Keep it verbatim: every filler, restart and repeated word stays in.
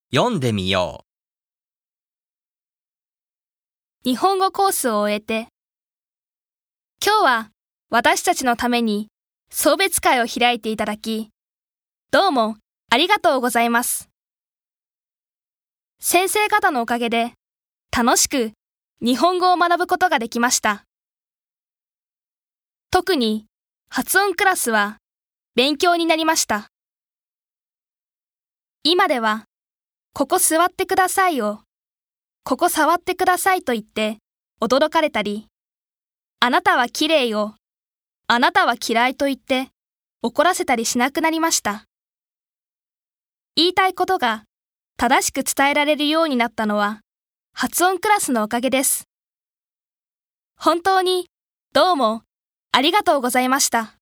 読んでみよ日本語コースを終えて、今日は私たちのために送別会を開いていただき、どうもありがとうございます。先生方のおかげで楽しく日本語を学ぶことができました。特に発音クラスは勉強になりました。今では、ここ座ってくださいを、ここ触ってくださいと言って驚かれたり、あなたはきれいを、あなたは嫌いと言って怒らせたりしなくなりました。言いたいことが正しく伝えられるようになったのは発音クラスのおかげです。本当にどうもありがとうございました。